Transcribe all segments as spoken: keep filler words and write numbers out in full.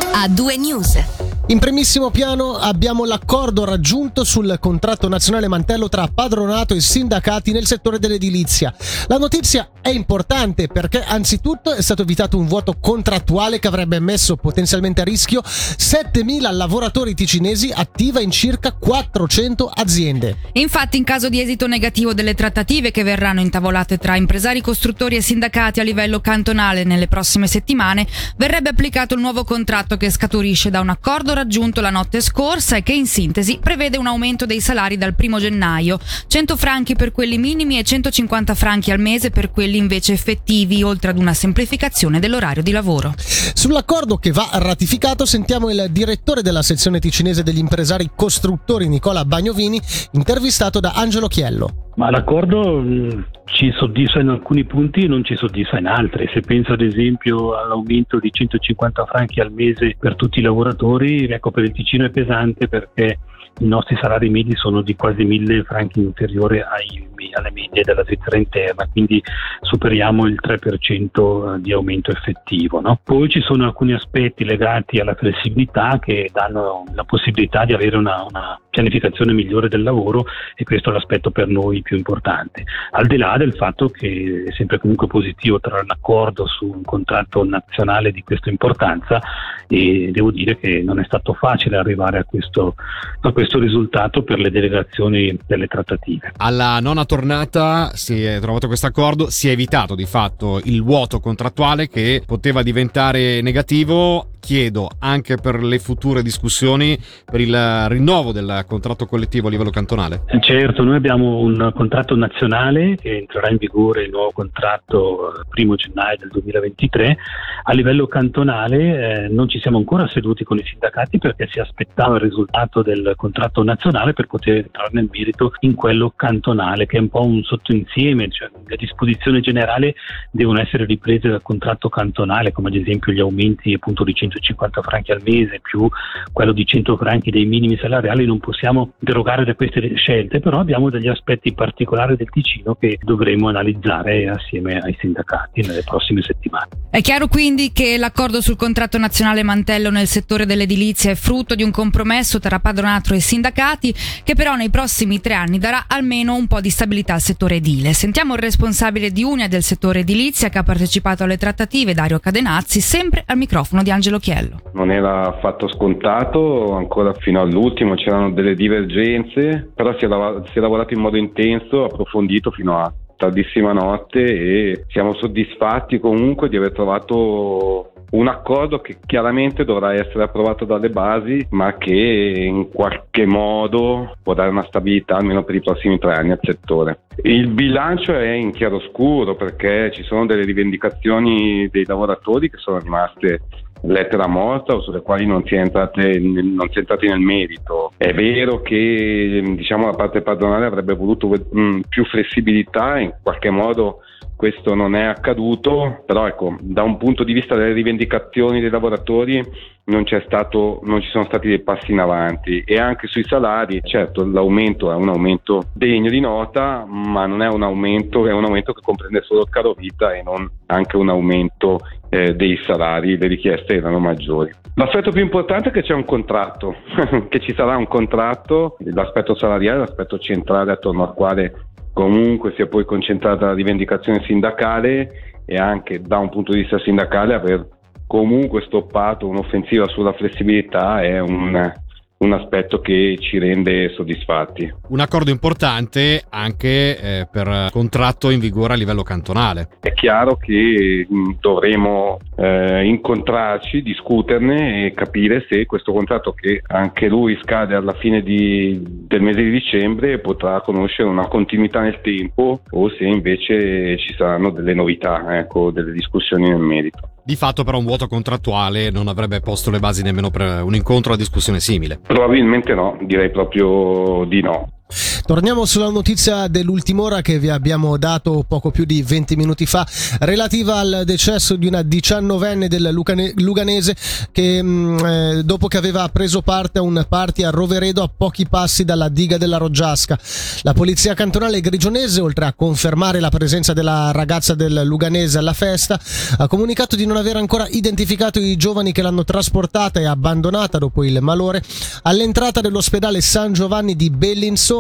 A due News. In primissimo piano abbiamo l'accordo raggiunto sul contratto nazionale mantello tra padronato e sindacati nel settore dell'edilizia. La notizia è importante perché anzitutto è stato evitato un vuoto contrattuale che avrebbe messo potenzialmente a rischio settemila lavoratori ticinesi attiva in circa quattrocento aziende. Infatti, in caso di esito negativo delle trattative che verranno intavolate tra impresari, costruttori e sindacati a livello cantonale nelle prossime settimane, verrebbe applicato il nuovo contratto che scaturisce da un accordo raggiunto la notte scorsa e che in sintesi prevede un aumento dei salari dal primo gennaio, cento franchi per quelli minimi e centocinquanta franchi al mese per quelli invece effettivi, oltre ad una semplificazione dell'orario di lavoro. Sull'accordo che va ratificato sentiamo il direttore della sezione ticinese degli impresari costruttori Nicola Bagnovini, intervistato da Angelo Chiello. Ma l'accordo mh, ci soddisfa in alcuni punti e non ci soddisfa in altri. Se penso ad esempio all'aumento di centocinquanta franchi al mese per tutti i lavoratori, ecco, per il Ticino è pesante perché i nostri salari medi sono di quasi mille franchi inferiore ai, alle medie della Svizzera interna, quindi superiamo il tre per cento di aumento effettivo, no? Poi ci sono alcuni aspetti legati alla flessibilità che danno la possibilità di avere una, una pianificazione migliore del lavoro, e questo è l'aspetto per noi più importante, al di là del fatto che è sempre comunque positivo trovare un accordo su un contratto nazionale di questa importanza, e devo dire che non è stato facile arrivare a questo, a questo risultato per le delegazioni delle trattative. Alla nona tornata si è trovato questo accordo, si è evitato di fatto il vuoto contrattuale che poteva diventare negativo. Chiedo anche per le future discussioni per il rinnovo del contratto collettivo a livello cantonale. Certo, noi abbiamo un contratto nazionale che entrerà in vigore, il nuovo contratto primo gennaio del duemilaventitré. A livello cantonale eh, non ci siamo ancora seduti con i sindacati perché si aspettava il risultato del contratto nazionale per poter entrare nel merito in quello cantonale, che è un po' un sottoinsieme, cioè le disposizioni generali devono essere riprese dal contratto cantonale, come ad esempio gli aumenti appunto di centocinquanta franchi al mese più quello di cento franchi dei minimi salariali. Non possiamo derogare da queste scelte, però abbiamo degli aspetti particolari del Ticino che dovremo analizzare assieme ai sindacati nelle prossime settimane. È chiaro quindi che l'accordo sul contratto nazionale mantello nel settore dell'edilizia è frutto di un compromesso tra padronato e sindacati, che però nei prossimi tre anni darà almeno un po' di stabilità al settore edile. Sentiamo il responsabile di Unia del settore edilizia che ha partecipato alle trattative, Dario Cadenazzi, sempre al microfono di Angelo Chiello. Non era affatto scontato, ancora fino all'ultimo c'erano delle divergenze, però si è, lav- si è lavorato in modo intenso, approfondito fino a tardissima notte, e siamo soddisfatti comunque di aver trovato un accordo che chiaramente dovrà essere approvato dalle basi, ma che in qualche modo può dare una stabilità almeno per i prossimi tre anni al settore. Il bilancio è in chiaroscuro perché ci sono delle rivendicazioni dei lavoratori che sono rimaste lettera morta o sulle quali non si è entrate, non si è entrati nel merito. È vero che diciamo la parte padronale avrebbe voluto mh, più flessibilità, in qualche modo questo non è accaduto, però ecco, da un punto di vista delle rivendicazioni dei lavoratori non c'è stato, non ci sono stati dei passi in avanti. E anche sui salari, certo, l'aumento è un aumento degno di nota, ma non è un aumento, è un aumento che comprende solo il caro vita e non anche un aumento eh, dei salari. Le richieste erano maggiori. L'aspetto più importante è che c'è un contratto, che ci sarà un contratto. L'aspetto salariale è l'aspetto centrale attorno al quale comunque si è poi concentrata la rivendicazione sindacale, e anche da un punto di vista sindacale aver comunque stoppato un'offensiva sulla flessibilità è un, un aspetto che ci rende soddisfatti. Un accordo importante anche eh, per contratto in vigore a livello cantonale. È chiaro che mh, dovremo eh, incontrarci, discuterne e capire se questo contratto, che anche lui scade alla fine di, del mese di dicembre, potrà conoscere una continuità nel tempo o se invece ci saranno delle novità, ecco, delle discussioni nel merito. Di fatto però un vuoto contrattuale non avrebbe posto le basi nemmeno per un incontro o una discussione simile. Probabilmente no, direi proprio di no. Torniamo sulla notizia dell'ultima ora che vi abbiamo dato poco più di venti minuti fa, relativa al decesso di una diciannovenne del Lucane- Luganese che mh, eh, dopo che aveva preso parte a un party a Roveredo a pochi passi dalla diga della Roggiasca. La polizia cantonale grigionese, oltre a confermare la presenza della ragazza del Luganese alla festa, ha comunicato di non aver ancora identificato i giovani che l'hanno trasportata e abbandonata dopo il malore all'entrata dell'ospedale San Giovanni di Bellinzona,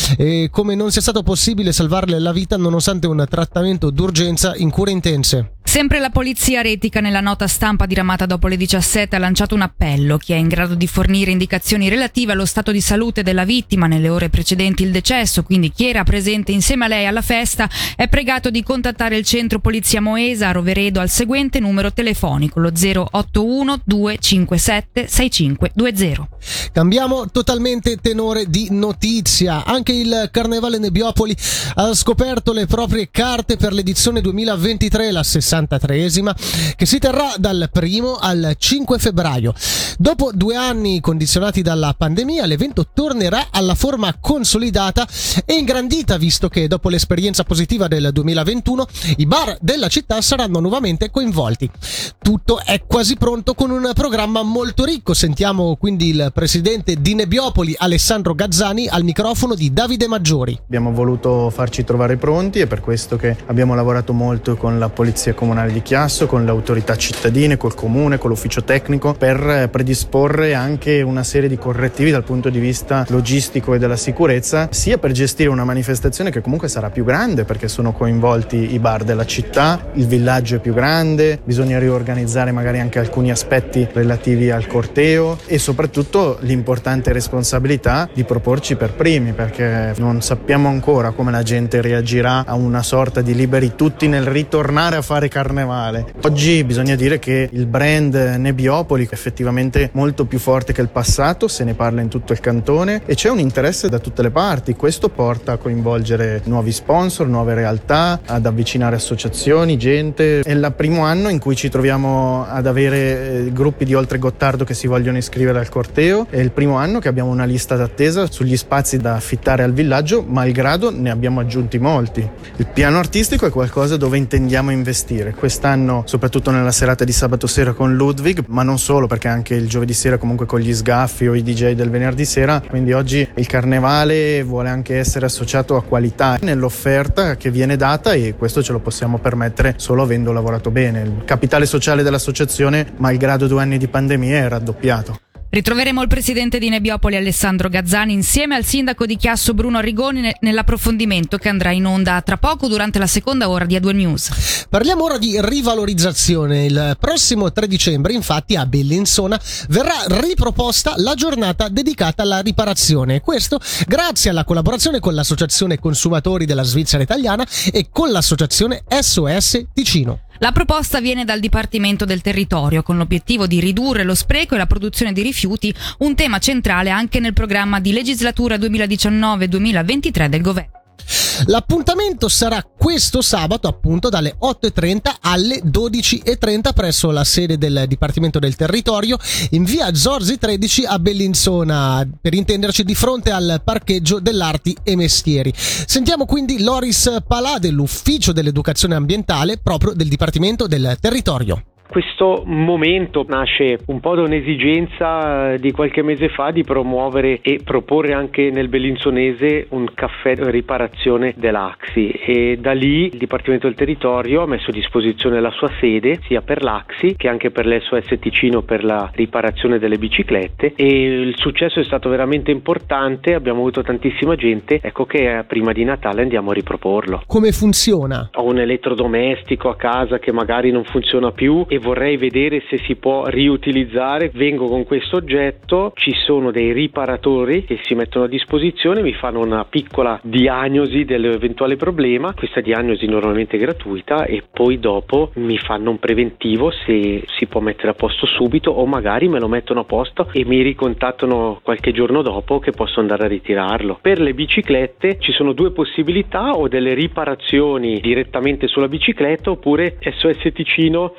e come non sia stato possibile salvarle la vita nonostante un trattamento d'urgenza in cure intense. Sempre la polizia retica, nella nota stampa diramata dopo le diciassette, ha lanciato un appello. Chi è in grado di fornire indicazioni relative allo stato di salute della vittima nelle ore precedenti il decesso, quindi chi era presente insieme a lei alla festa, è pregato di contattare il centro polizia Moesa a Roveredo al seguente numero telefonico, lo zero otto uno due cinque sette sei cinque due zero. Cambiamo totalmente tenore di notizia. Anche il Carnevale Nebbiopoli ha scoperto le proprie carte per l'edizione duemilaventitré, la sessantatreesima, che si terrà dal primo al cinque febbraio. Dopo due anni condizionati dalla pandemia, l'evento tornerà alla forma consolidata e ingrandita, visto che dopo l'esperienza positiva del duemilaventuno i bar della città saranno nuovamente coinvolti. Tutto è quasi pronto con un programma molto ricco. Sentiamo quindi il presidente di Nebbiopoli, Alessandro Gazzani, al microfono di Davide Maggiori. Abbiamo voluto farci trovare pronti, è per questo che abbiamo lavorato molto con la Polizia Comunale di Chiasso, con le autorità cittadine, col comune, con l'ufficio tecnico, per predisporre anche una serie di correttivi dal punto di vista logistico e della sicurezza, sia per gestire una manifestazione che comunque sarà più grande perché sono coinvolti i bar della città, il villaggio è più grande, bisogna riorganizzare magari anche alcuni aspetti relativi al corteo e soprattutto l'importante responsabilità di proporci per primi, perché non sappiamo ancora come la gente reagirà a una sorta di liberi tutti nel ritornare a fare carnevale. Oggi bisogna dire che il brand Nebbiopoli è effettivamente molto più forte che il passato, se ne parla in tutto il cantone e c'è un interesse da tutte le parti. Questo porta a coinvolgere nuovi sponsor, nuove realtà, ad avvicinare associazioni, gente. È il primo anno in cui ci troviamo ad avere gruppi di oltre Gottardo che si vogliono iscrivere al corteo, è il primo anno che abbiamo una lista d'attesa sugli spazi da affittare al villaggio, malgrado ne abbiamo aggiunti molti. Il piano artistico è qualcosa dove intendiamo investire quest'anno, soprattutto nella serata di sabato sera con Ludwig, ma non solo, perché anche il giovedì sera comunque con gli sgaffi o i D J del venerdì sera. Quindi oggi il carnevale vuole anche essere associato a qualità nell'offerta che viene data e questo ce lo possiamo permettere solo avendo lavorato bene. Il capitale sociale dell'associazione, malgrado due anni di pandemia, è raddoppiato. Ritroveremo il presidente di Nebbiopoli Alessandro Gazzani insieme al sindaco di Chiasso Bruno Arrigoni nell'approfondimento che andrà in onda tra poco durante la seconda ora di A due News. Parliamo ora di rivalorizzazione. Il prossimo tre dicembre, infatti, a Bellinzona verrà riproposta la giornata dedicata alla riparazione. Questo grazie alla collaborazione con l'Associazione Consumatori della Svizzera Italiana e con l'Associazione S O S Ticino. La proposta viene dal Dipartimento del Territorio con l'obiettivo di ridurre lo spreco e la produzione di rifiuti, un tema centrale anche nel programma di legislatura duemiladiciannove duemilaventitré del governo. L'appuntamento sarà questo sabato, appunto, dalle otto e trenta alle dodici e trenta presso la sede del Dipartimento del Territorio in via Zorzi tredici a Bellinzona, per intenderci di fronte al parcheggio dell'Arti e Mestieri. Sentiamo quindi Loris Palà dell'Ufficio dell'Educazione Ambientale proprio del Dipartimento del Territorio. Questo momento nasce un po' da un'esigenza di qualche mese fa di promuovere e proporre anche nel bellinzonese un caffè riparazione dell'A X I e da lì il Dipartimento del Territorio ha messo a disposizione la sua sede sia per l'A X I che anche per l'S O S Ticino per la riparazione delle biciclette e il successo è stato veramente importante, abbiamo avuto tantissima gente, ecco che prima di Natale andiamo a riproporlo. Come funziona? Ho un elettrodomestico a casa che magari non funziona più e vorrei vedere se si può riutilizzare, vengo con questo oggetto, ci sono dei riparatori che si mettono a disposizione, mi fanno una piccola diagnosi dell'eventuale problema, questa diagnosi normalmente è gratuita e poi dopo mi fanno un preventivo se si può mettere a posto subito o magari me lo mettono a posto e mi ricontattano qualche giorno dopo che posso andare a ritirarlo. Per le biciclette ci sono due possibilità, o delle riparazioni direttamente sulla bicicletta oppure S O S Ticino prende a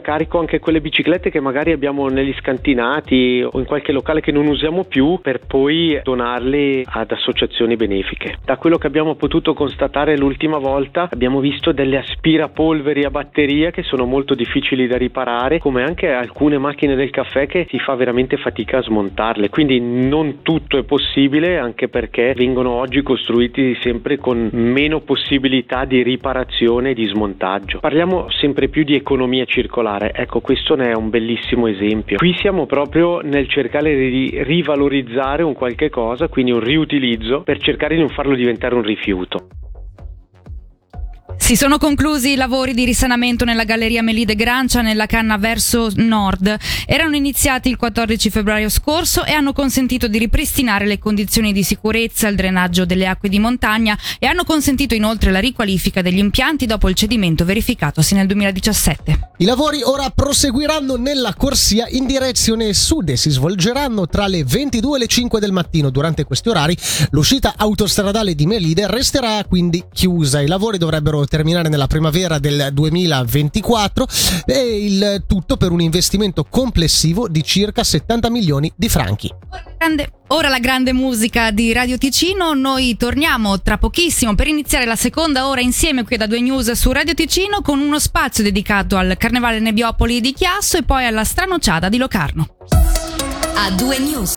carico anche quelle biciclette che magari abbiamo negli scantinati o in qualche locale che non usiamo più, per poi donarle ad associazioni benefiche. Da quello che abbiamo potuto constatare l'ultima volta, abbiamo visto delle aspirapolveri a batteria che sono molto difficili da riparare, come anche alcune macchine del caffè che si fa veramente fatica a smontarle, quindi non tutto è possibile, anche perché vengono oggi costruiti sempre con meno possibilità di riparazione e di smontaggio. Parliamo sempre più di economia circolare, ecco, questo ne è un bellissimo esempio. Qui siamo proprio nel cercare di rivalorizzare un qualche cosa, quindi un riutilizzo, per cercare di non farlo diventare un rifiuto. Si sono conclusi i lavori di risanamento nella galleria Melide Grancia nella canna verso nord. Erano iniziati il quattordici febbraio scorso e hanno consentito di ripristinare le condizioni di sicurezza, il drenaggio delle acque di montagna e hanno consentito inoltre la riqualifica degli impianti dopo il cedimento verificatosi nel duemiladiciassette. I lavori ora proseguiranno nella corsia in direzione sud e si svolgeranno tra le ventidue e le cinque del mattino. Durante questi orari l'uscita autostradale di Melide resterà quindi chiusa. I lavori dovrebbero terminare nella primavera del duemilaventiquattro e il tutto per un investimento complessivo di circa settanta milioni di franchi. Grande. Ora la grande musica di Radio Ticino, noi torniamo tra pochissimo per iniziare la seconda ora insieme qui da due News su Radio Ticino con uno spazio dedicato al Carnevale Nebbiopoli di Chiasso e poi alla Stranociada di Locarno. A due News.